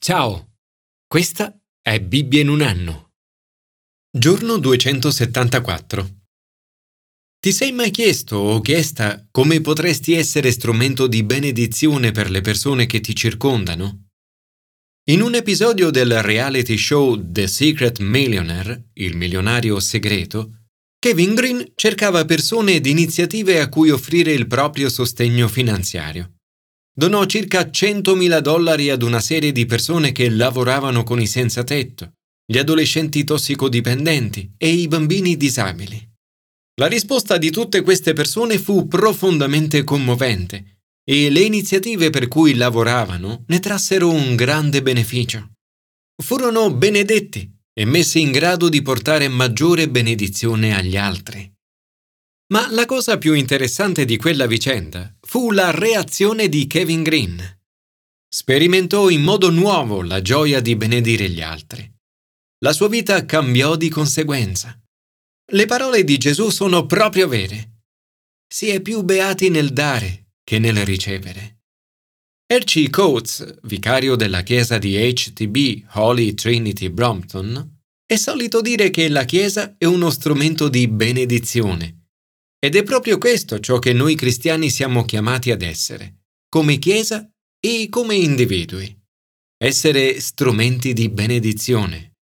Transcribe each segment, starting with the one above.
Ciao, questa è Bibbia in un anno. Giorno 274. Ti sei mai chiesto o chiesta come potresti essere strumento di benedizione per le persone che ti circondano? In un episodio del reality show The Secret Millionaire, il milionario segreto, Kevin Green cercava persone ed iniziative a cui offrire il proprio sostegno finanziario. Donò circa $100.000 ad una serie di persone che lavoravano con i senza tetto, gli adolescenti tossicodipendenti e i bambini disabili. La risposta di tutte queste persone fu profondamente commovente e le iniziative per cui lavoravano ne trassero un grande beneficio. Furono benedetti e messi in grado di portare maggiore benedizione agli altri. Ma la cosa più interessante di quella vicenda fu la reazione di Kevin Green. Sperimentò in modo nuovo la gioia di benedire gli altri. La sua vita cambiò di conseguenza. Le parole di Gesù sono proprio vere. Si è più beati nel dare che nel ricevere. R.C. Coates, vicario della chiesa di HTB Holy Trinity Brompton, è solito dire che la chiesa è uno strumento di benedizione. Ed è proprio questo ciò che noi cristiani siamo chiamati ad essere, come Chiesa e come individui. Essere strumenti di benedizione.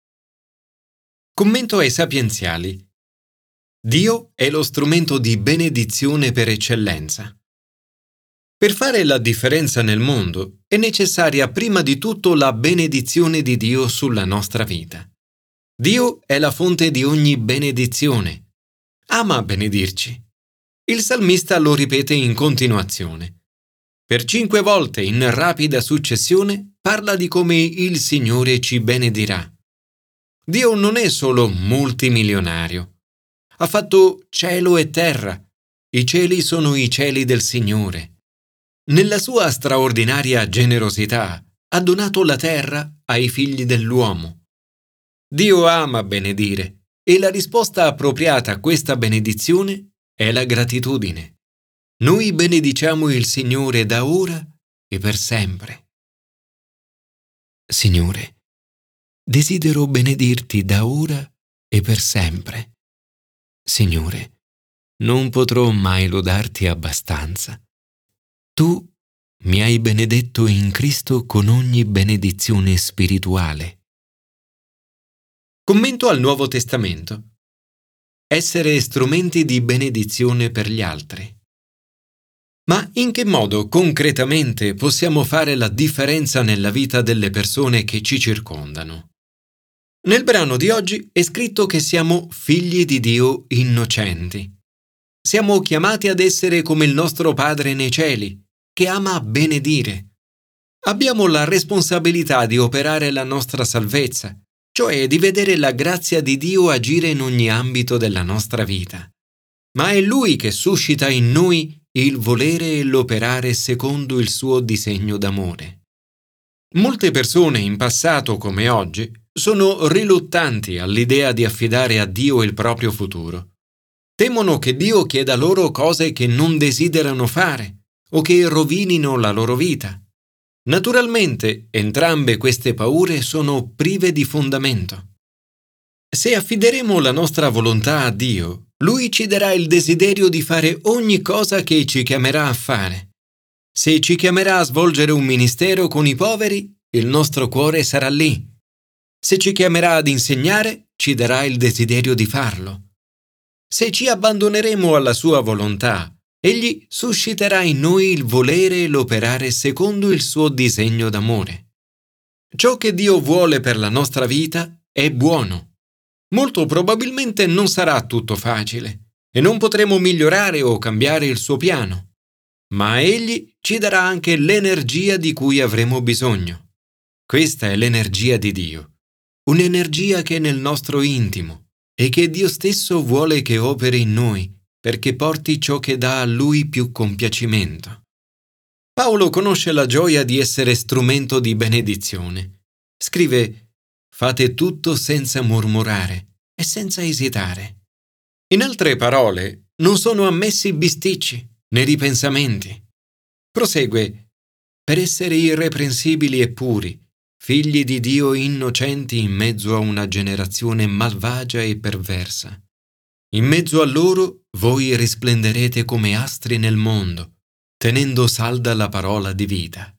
Commento ai sapienziali. Dio è lo strumento di benedizione per eccellenza. Per fare la differenza nel mondo è necessaria prima di tutto la benedizione di Dio sulla nostra vita. Dio è la fonte di ogni benedizione. Ama benedirci. Il salmista lo ripete in continuazione. Per 5 volte in rapida successione parla di come il Signore ci benedirà. Dio non è solo multimilionario. Ha fatto cielo e terra. I cieli sono i cieli del Signore. Nella sua straordinaria generosità ha donato la terra ai figli dell'uomo. Dio ama benedire. E la risposta appropriata a questa benedizione è la gratitudine. Noi benediciamo il Signore da ora e per sempre. Signore, desidero benedirti da ora e per sempre. Signore, non potrò mai lodarti abbastanza. Tu mi hai benedetto in Cristo con ogni benedizione spirituale. Commento al Nuovo Testamento. Essere strumenti di benedizione per gli altri. Ma in che modo concretamente possiamo fare la differenza nella vita delle persone che ci circondano? Nel brano di oggi è scritto che siamo figli di Dio innocenti. Siamo chiamati ad essere come il nostro Padre nei cieli, che ama benedire. Abbiamo la responsabilità di operare la nostra salvezza, cioè di vedere la grazia di Dio agire in ogni ambito della nostra vita. Ma è Lui che suscita in noi il volere e l'operare secondo il suo disegno d'amore. Molte persone in passato come oggi sono riluttanti all'idea di affidare a Dio il proprio futuro. Temono che Dio chieda loro cose che non desiderano fare o che rovinino la loro vita. Naturalmente, entrambe queste paure sono prive di fondamento. Se affideremo la nostra volontà a Dio, Lui ci darà il desiderio di fare ogni cosa che ci chiamerà a fare. Se ci chiamerà a svolgere un ministero con i poveri, il nostro cuore sarà lì. Se ci chiamerà ad insegnare, ci darà il desiderio di farlo. Se ci abbandoneremo alla sua volontà, Egli susciterà in noi il volere e l'operare secondo il suo disegno d'amore. Ciò che Dio vuole per la nostra vita è buono. Molto probabilmente non sarà tutto facile e non potremo migliorare o cambiare il suo piano, ma Egli ci darà anche l'energia di cui avremo bisogno. Questa è l'energia di Dio, un'energia che è nel nostro intimo e che Dio stesso vuole che operi in noi, perché porti ciò che dà a Lui più compiacimento. Paolo conosce la gioia di essere strumento di benedizione. Scrive: «Fate tutto senza mormorare e senza esitare». In altre parole, non sono ammessi bisticci né ripensamenti. Prosegue: «Per essere irreprensibili e puri, figli di Dio innocenti in mezzo a una generazione malvagia e perversa. In mezzo a loro voi risplenderete come astri nel mondo, tenendo salda la parola di vita.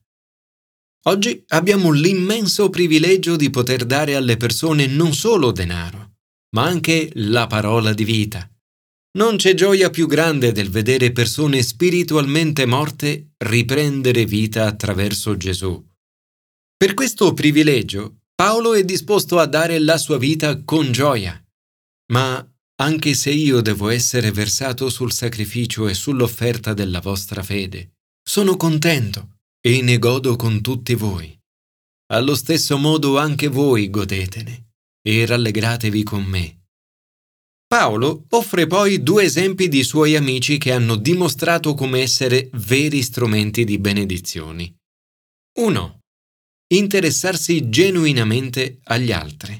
Oggi abbiamo l'immenso privilegio di poter dare alle persone non solo denaro, ma anche la parola di vita. Non c'è gioia più grande del vedere persone spiritualmente morte riprendere vita attraverso Gesù. Per questo privilegio, Paolo è disposto a dare la sua vita con gioia. Ma anche se io devo essere versato sul sacrificio e sull'offerta della vostra fede, sono contento e ne godo con tutti voi. Allo stesso modo anche voi godetene e rallegratevi con me. Paolo offre poi 2 esempi di suoi amici che hanno dimostrato come essere veri strumenti di benedizioni. 1. Interessarsi genuinamente agli altri.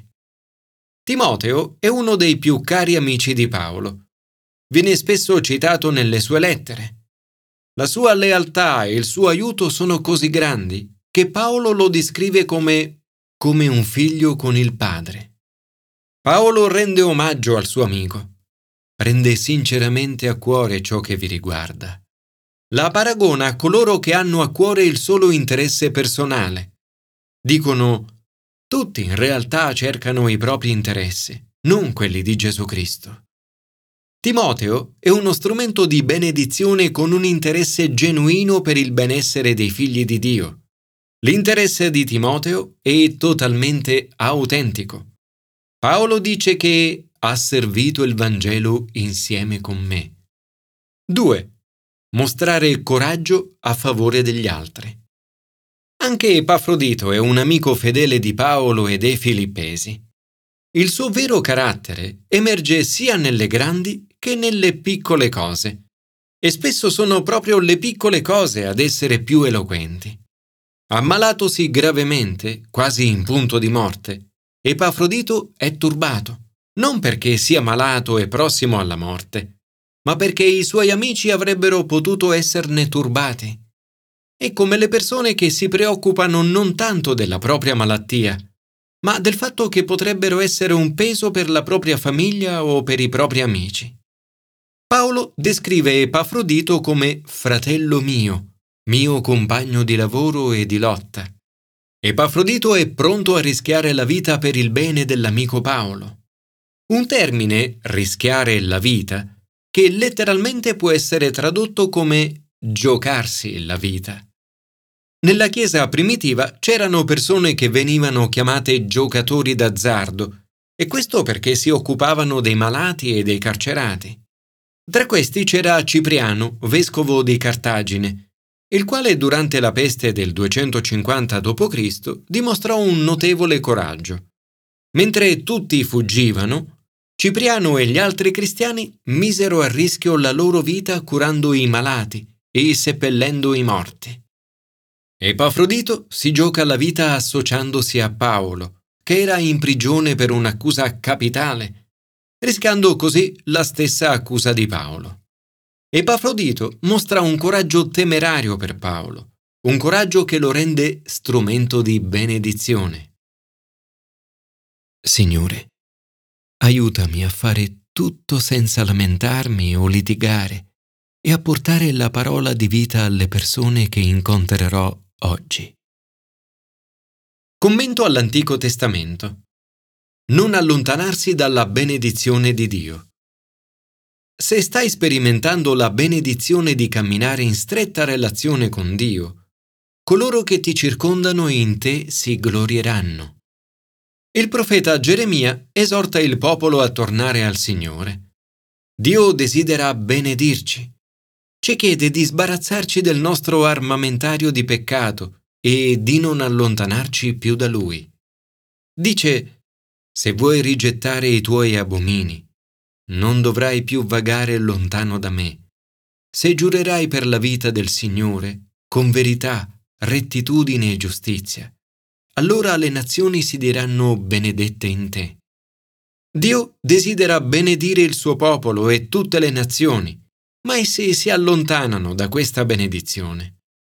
Timoteo è uno dei più cari amici di Paolo. Viene spesso citato nelle sue lettere. La sua lealtà e il suo aiuto sono così grandi che Paolo lo descrive come un figlio con il padre. Paolo rende omaggio al suo amico. Prende sinceramente a cuore ciò che vi riguarda. La paragona a coloro che hanno a cuore il solo interesse personale. Dicono: tutti in realtà cercano i propri interessi, non quelli di Gesù Cristo. Timoteo è uno strumento di benedizione con un interesse genuino per il benessere dei figli di Dio. L'interesse di Timoteo è totalmente autentico. Paolo dice che ha servito il Vangelo insieme con me. 2. Mostrare coraggio a favore degli altri. Anche Epafrodito è un amico fedele di Paolo e dei Filippesi. Il suo vero carattere emerge sia nelle grandi che nelle piccole cose, e spesso sono proprio le piccole cose ad essere più eloquenti. Ammalatosi gravemente, quasi in punto di morte, Epafrodito è turbato, non perché sia malato e prossimo alla morte, ma perché i suoi amici avrebbero potuto esserne turbati. È come le persone che si preoccupano non tanto della propria malattia, ma del fatto che potrebbero essere un peso per la propria famiglia o per i propri amici. Paolo descrive Epafrodito come fratello mio compagno di lavoro e di lotta. Epafrodito è pronto a rischiare la vita per il bene dell'amico Paolo. Un termine, rischiare la vita, che letteralmente può essere tradotto come giocarsi la vita. Nella Chiesa primitiva c'erano persone che venivano chiamate giocatori d'azzardo, e questo perché si occupavano dei malati e dei carcerati. Tra questi c'era Cipriano, vescovo di Cartagine, il quale durante la peste del 250 d.C. dimostrò un notevole coraggio. Mentre tutti fuggivano, Cipriano e gli altri cristiani misero a rischio la loro vita curando i malati e seppellendo i morti. Epafrodito si gioca la vita associandosi a Paolo, che era in prigione per un'accusa capitale, rischiando così la stessa accusa di Paolo. Epafrodito mostra un coraggio temerario per Paolo, un coraggio che lo rende strumento di benedizione. Signore, aiutami a fare tutto senza lamentarmi o litigare e a portare la parola di vita alle persone che incontrerò oggi. Commento all'Antico Testamento. Non allontanarsi dalla benedizione di Dio. Se stai sperimentando la benedizione di camminare in stretta relazione con Dio, coloro che ti circondano e in te si glorieranno. Il profeta Geremia esorta il popolo a tornare al Signore. Dio desidera benedirci. Ci chiede di sbarazzarci del nostro armamentario di peccato e di non allontanarci più da Lui. Dice: se vuoi rigettare i tuoi abomini, non dovrai più vagare lontano da me. Se giurerai per la vita del Signore, con verità, rettitudine e giustizia, allora le nazioni si diranno benedette in te. Dio desidera benedire il suo popolo e tutte le nazioni, ma essi si allontanano da questa benedizione.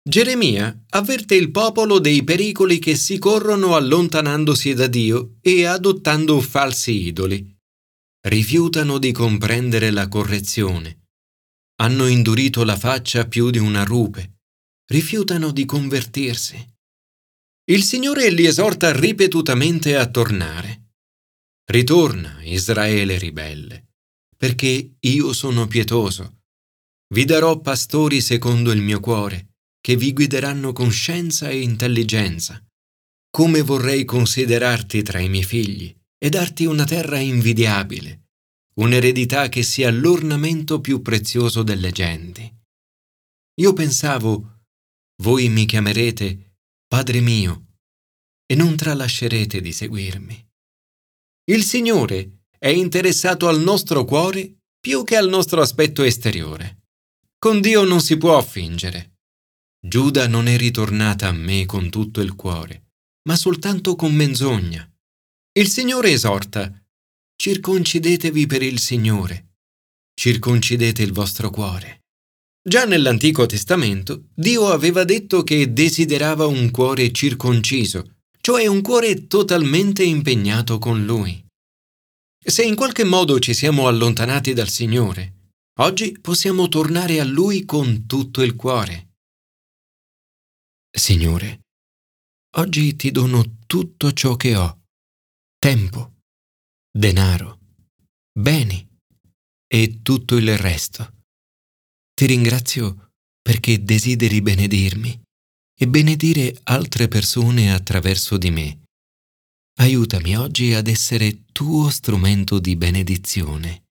Geremia avverte il popolo dei pericoli che si corrono allontanandosi da Dio e adottando falsi idoli. Rifiutano di comprendere la correzione. Hanno indurito la faccia più di una rupe. Rifiutano di convertirsi. Il Signore li esorta ripetutamente a tornare. Ritorna, Israele ribelle, perché io sono pietoso. Vi darò pastori secondo il mio cuore, che vi guideranno con scienza e intelligenza. Come vorrei considerarti tra i miei figli e darti una terra invidiabile, un'eredità che sia l'ornamento più prezioso delle genti. Io pensavo, voi mi chiamerete Padre mio e non tralascerete di seguirmi. Il Signore è interessato al nostro cuore più che al nostro aspetto esteriore. Con Dio non si può fingere. Giuda non è ritornata a me con tutto il cuore, ma soltanto con menzogna. Il Signore esorta: circoncidetevi per il Signore, circoncidete il vostro cuore. Già nell'Antico Testamento Dio aveva detto che desiderava un cuore circonciso, cioè un cuore totalmente impegnato con Lui. Se in qualche modo ci siamo allontanati dal Signore, oggi possiamo tornare a Lui con tutto il cuore. Signore, oggi ti dono tutto ciò che ho: tempo, denaro, beni e tutto il resto. Ti ringrazio perché desideri benedirmi e benedire altre persone attraverso di me. Aiutami oggi ad essere tuo strumento di benedizione.